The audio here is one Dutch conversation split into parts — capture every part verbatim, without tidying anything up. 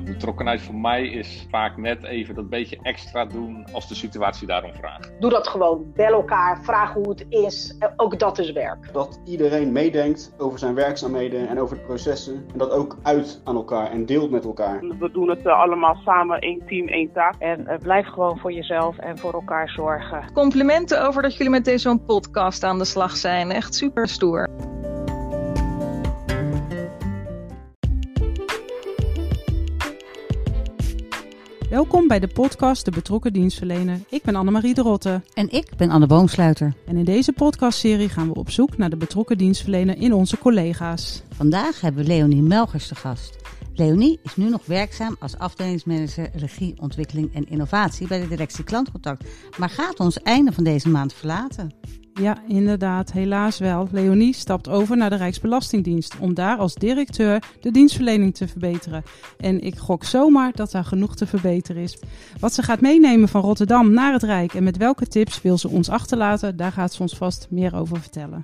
Betrokkenheid voor mij is vaak net even dat beetje extra doen als de situatie daarom vraagt. Doe dat gewoon. Bel elkaar, vraag hoe het is. Ook dat is werk. Dat iedereen meedenkt over zijn werkzaamheden en over de processen. En dat ook uit aan elkaar en deelt met elkaar. We doen het uh, allemaal samen, één team, één taak. En uh, blijf gewoon voor jezelf en voor elkaar zorgen. Complimenten over dat jullie met deze podcast aan de slag zijn. Echt super stoer. Welkom bij de podcast De Betrokken Dienstverlener. Ik ben Annemarie de Rotte. En ik ben Anne Boomsluiter. En in deze podcastserie gaan we op zoek naar de betrokken dienstverlener in onze collega's. Vandaag hebben we Leonie Melgers te gast. Leonie is nu nog werkzaam als afdelingsmanager regie, ontwikkeling en innovatie bij de directie klantcontact. Maar gaat ons einde van deze maand verlaten. Ja, inderdaad, helaas wel. Leonie stapt over naar de Rijksbelastingdienst om daar als directeur de dienstverlening te verbeteren. En ik gok zomaar dat daar genoeg te verbeteren is. Wat ze gaat meenemen van Rotterdam naar het Rijk en met welke tips wil ze ons achterlaten, daar gaat ze ons vast meer over vertellen.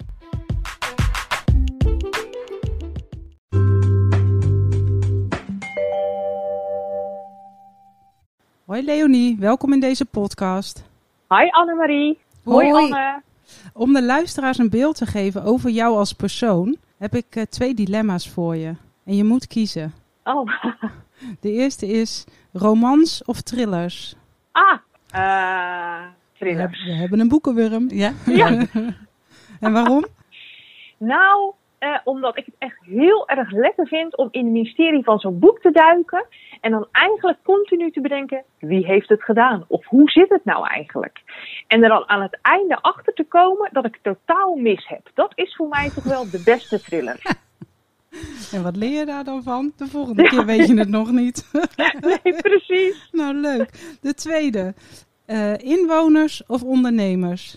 Hoi Leonie, welkom in deze podcast. Hi Annemarie. Hoi, Hoi Anne. Om de luisteraars een beeld te geven over jou als persoon, heb ik uh, twee dilemma's voor je. En je moet kiezen. Oh. De eerste is romans of thrillers? Ah, uh, thrillers. We, we hebben een boekenwurm. Ja? Ja. En waarom? Nou, uh, omdat ik het echt heel erg lekker vind om in het mysterie van zo'n boek te duiken. En dan eigenlijk continu te bedenken, wie heeft het gedaan? Of hoe zit het nou eigenlijk? En er dan aan het einde achter te komen dat ik het totaal mis heb. Dat is voor mij toch wel de beste thriller. En wat leer je daar dan van? De volgende ja. keer weet je het nog niet. Nee, precies. Nou, leuk. De tweede. Uh, inwoners of ondernemers?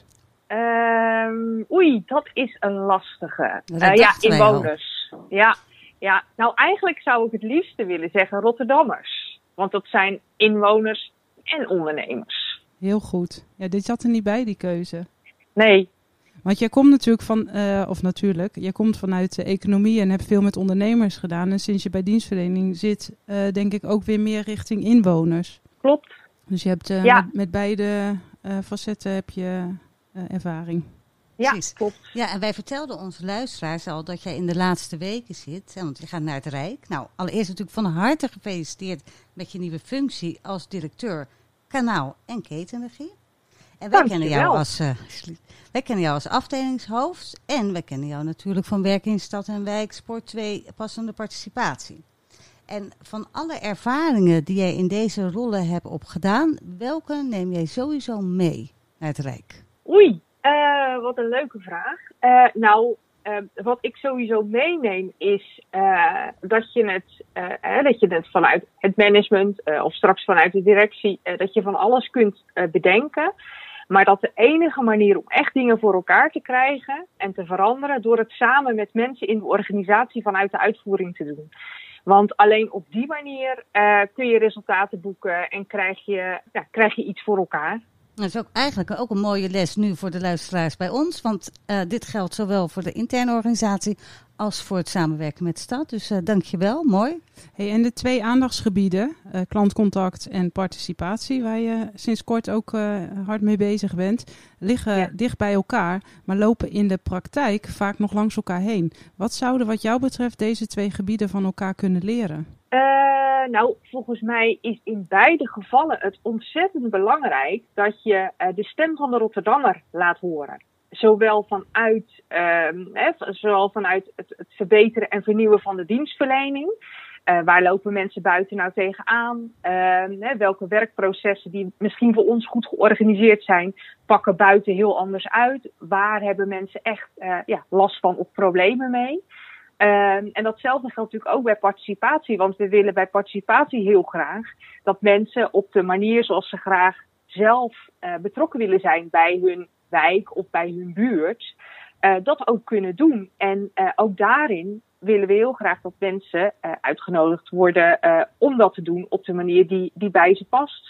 Um, oei, dat is een lastige. Uh, ja, inwoners. Ja. Ja, nou eigenlijk zou ik het liefste willen zeggen Rotterdammers. Want dat zijn inwoners en ondernemers. Heel goed. Ja, dit zat er niet bij, die keuze. Nee. Want jij komt natuurlijk van, uh, of natuurlijk, jij komt vanuit de economie en hebt veel met ondernemers gedaan. En sinds je bij dienstverlening zit, uh, denk ik ook weer meer richting inwoners. Klopt. Dus je hebt uh, ja. met, met beide uh, facetten heb je uh, ervaring. Ja, Precies. klopt. Ja, en wij vertelden onze luisteraars al dat jij in de laatste weken zit. Hè, want je gaat naar het Rijk. Nou, allereerst natuurlijk van harte gefeliciteerd met je nieuwe functie als directeur kanaal en ketenenergie. En wij kennen jou als, uh, wij kennen jou als afdelingshoofd. En wij kennen jou natuurlijk van werken in Stad en Wijk, Sport twee, passende participatie. En van alle ervaringen die jij in deze rollen hebt opgedaan, welke neem jij sowieso mee naar het Rijk? Oei. Uh, wat een leuke vraag. Uh, nou, uh, wat ik sowieso meeneem is uh, dat, je het, uh, uh, dat je het vanuit het management uh, of straks vanuit de directie, uh, dat je van alles kunt uh, bedenken. Maar dat de enige manier om echt dingen voor elkaar te krijgen en te veranderen door het samen met mensen in de organisatie vanuit de uitvoering te doen. Want alleen op die manier uh, kun je resultaten boeken en krijg je, ja, krijg je iets voor elkaar. Dat is ook eigenlijk ook een mooie les nu voor de luisteraars bij ons. Want uh, dit geldt zowel voor de interne organisatie als voor het samenwerken met de stad. Dus uh, dank je wel, mooi. Hey, en de twee aandachtsgebieden, uh, klantcontact en participatie, waar je sinds kort ook uh, hard mee bezig bent, liggen ja. dicht bij elkaar, maar lopen in de praktijk vaak nog langs elkaar heen. Wat zouden wat jou betreft deze twee gebieden van elkaar kunnen leren? Uh, nou, volgens mij is in beide gevallen het ontzettend belangrijk dat je uh, de stem van de Rotterdammer laat horen. Zowel vanuit, uh, eh, zowel vanuit het, het verbeteren en vernieuwen van de dienstverlening. Uh, waar lopen mensen buiten nou tegenaan? Uh, eh, welke werkprocessen die misschien voor ons goed georganiseerd zijn, pakken buiten heel anders uit? Waar hebben mensen echt uh, ja, last van of problemen mee? Uh, en datzelfde geldt natuurlijk ook bij participatie, want we willen bij participatie heel graag dat mensen op de manier zoals ze graag zelf uh, betrokken willen zijn bij hun wijk of bij hun buurt, uh, dat ook kunnen doen. En uh, ook daarin willen we heel graag dat mensen uh, uitgenodigd worden uh, om dat te doen op de manier die, die bij ze past.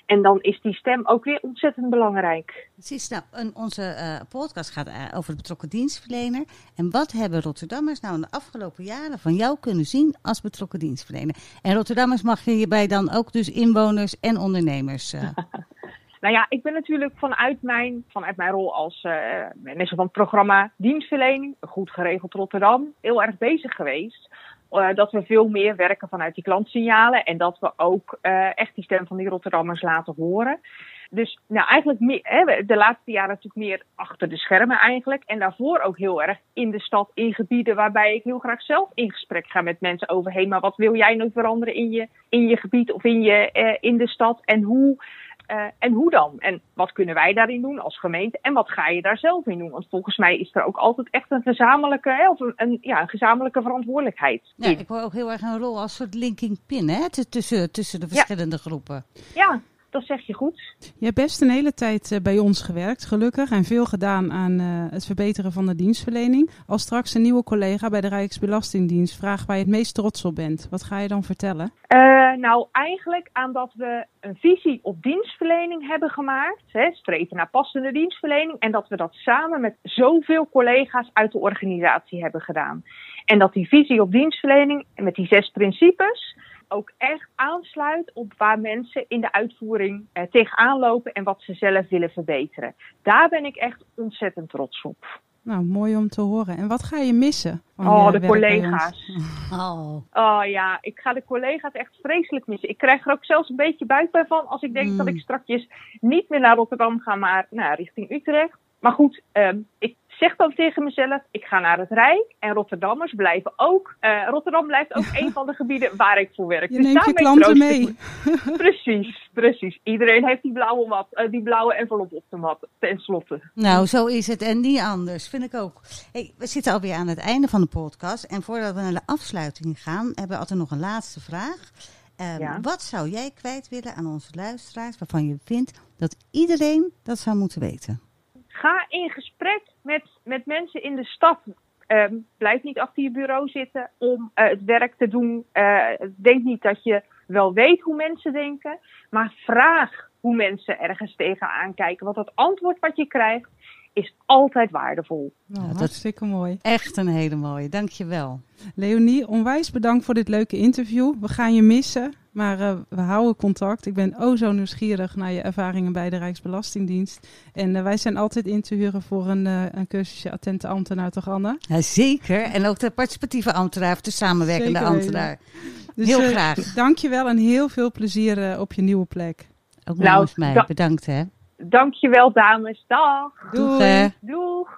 En dan is die stem ook weer ontzettend belangrijk. Precies, nou, onze uh, podcast gaat uh, over de betrokken dienstverlener. En wat hebben Rotterdammers nou in de afgelopen jaren van jou kunnen zien als betrokken dienstverlener? En Rotterdammers mag je hierbij dan ook dus inwoners en ondernemers... Uh... Nou ja, ik ben natuurlijk vanuit mijn, vanuit mijn rol als uh, manager van het programma dienstverlening, goed geregeld Rotterdam, heel erg bezig geweest. Uh, dat we veel meer werken vanuit die klantsignalen en dat we ook uh, echt die stem van die Rotterdammers laten horen. Dus nou eigenlijk meer, hè, de laatste jaren natuurlijk meer achter de schermen eigenlijk. En daarvoor ook heel erg in de stad, in gebieden waarbij ik heel graag zelf in gesprek ga met mensen over, hé, maar wat wil jij nou veranderen in je, in je gebied of in, je, uh, in de stad en hoe... Uh, en hoe dan? En wat kunnen wij daarin doen als gemeente? En wat ga je daar zelf in doen? Want volgens mij is er ook altijd echt een gezamenlijke, hè, of een, een, ja, een gezamenlijke verantwoordelijkheid. Ja, ik hoor ook heel erg een rol als soort linking pin, hè? Tussen, tussen de verschillende ja. groepen. Ja, dat zeg je goed. Je hebt best een hele tijd uh, bij ons gewerkt, gelukkig. En veel gedaan aan uh, het verbeteren van de dienstverlening. Als straks een nieuwe collega bij de Rijksbelastingdienst vraagt waar je het meest trots op bent. Wat ga je dan vertellen? Uh, nou, eigenlijk aan dat we een visie op dienstverlening hebben gemaakt. Hè, streven naar passende dienstverlening. En dat we dat samen met zoveel collega's uit de organisatie hebben gedaan. En dat die visie op dienstverlening met die zes principes ook echt aansluit op waar mensen in de uitvoering eh, tegenaan lopen en wat ze zelf willen verbeteren. Daar ben ik echt ontzettend trots op. Nou, mooi om te horen. En wat ga je missen? Oh, de collega's. Oh. oh ja, ik ga de collega's echt vreselijk missen. Ik krijg er ook zelfs een beetje buikpijn van als ik denk mm. dat ik straks niet meer naar Rotterdam ga, maar nou, richting Utrecht. Maar goed, um, ik zeg dan tegen mezelf, ik ga naar het Rijk en Rotterdammers blijven ook. Uh, Rotterdam blijft ook een van de gebieden waar ik voor werk. Je dus neemt je klanten mee. precies, precies. Iedereen heeft die blauwe, mat, uh, die blauwe envelop op de mat, tenslotte. Nou, zo is het en niet anders, vind ik ook. Hey, we zitten alweer aan het einde van de podcast. En voordat we naar de afsluiting gaan, hebben we altijd nog een laatste vraag. Um, ja. Wat zou jij kwijt willen aan onze luisteraars waarvan je vindt dat iedereen dat zou moeten weten? Ga in gesprek met, met mensen in de stad. Um, blijf niet achter je bureau zitten om uh, het werk te doen. Uh, denk niet dat je wel weet hoe mensen denken. Maar vraag hoe mensen ergens tegenaan kijken. Want het antwoord wat je krijgt is altijd waardevol. Nou, dat is hartstikke mooi. Echt een hele mooie. Dank je wel. Leonie, onwijs bedankt voor dit leuke interview. We gaan je missen, maar uh, we houden contact. Ik ben oh zo nieuwsgierig naar je ervaringen bij de Rijksbelastingdienst. En uh, wij zijn altijd in te huren voor een, uh, een cursusje attente ambtenaar, toch Anne? Ja, zeker. En ook de participatieve ambtenaar of de samenwerkende zeker ambtenaar. Dus, heel uh, graag. Dank je wel en heel veel plezier uh, op je nieuwe plek. Ook namens nou, mij. Da- Bedankt hè. Dankjewel dames. Dag. Doeg. Doeg. Doeg.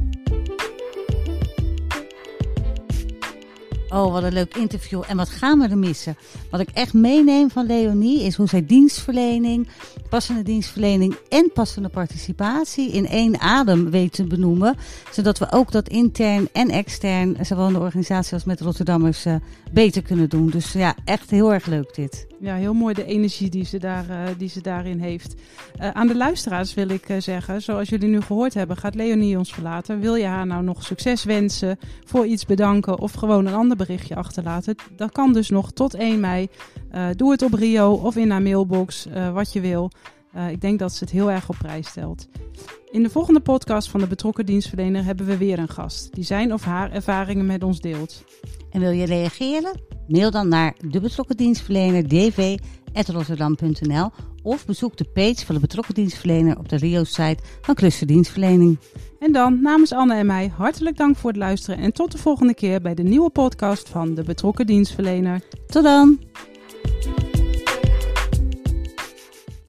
Oh, wat een leuk interview. En wat gaan we er missen? Wat ik echt meeneem van Leonie is hoe zij dienstverlening, passende dienstverlening en passende participatie in één adem weet te benoemen. Zodat we ook dat intern en extern, zowel in de organisatie als met Rotterdammers, uh, beter kunnen doen. Dus ja, echt heel erg leuk dit. Ja, heel mooi de energie die ze, daar, uh, die ze daarin heeft. Uh, aan de luisteraars wil ik uh, zeggen, zoals jullie nu gehoord hebben, gaat Leonie ons verlaten. Wil je haar nou nog succes wensen, voor iets bedanken of gewoon een ander berichtje achterlaten? Dat kan dus nog tot één mei. Uh, doe het op Rio of in haar mailbox, uh, wat je wil. Uh, ik denk dat ze het heel erg op prijs stelt. In de volgende podcast van de betrokken dienstverlener hebben we weer een gast die zijn of haar ervaringen met ons deelt. En wil je reageren? Mail dan naar de betrokken dienstverlener d v apenstaartje rotterdam punt n l of bezoek de page van de betrokken dienstverlener op de Rio-site van Cluster Dienstverlening. En dan namens Anne en mij hartelijk dank voor het luisteren en tot de volgende keer bij de nieuwe podcast van de betrokken dienstverlener. Tot dan!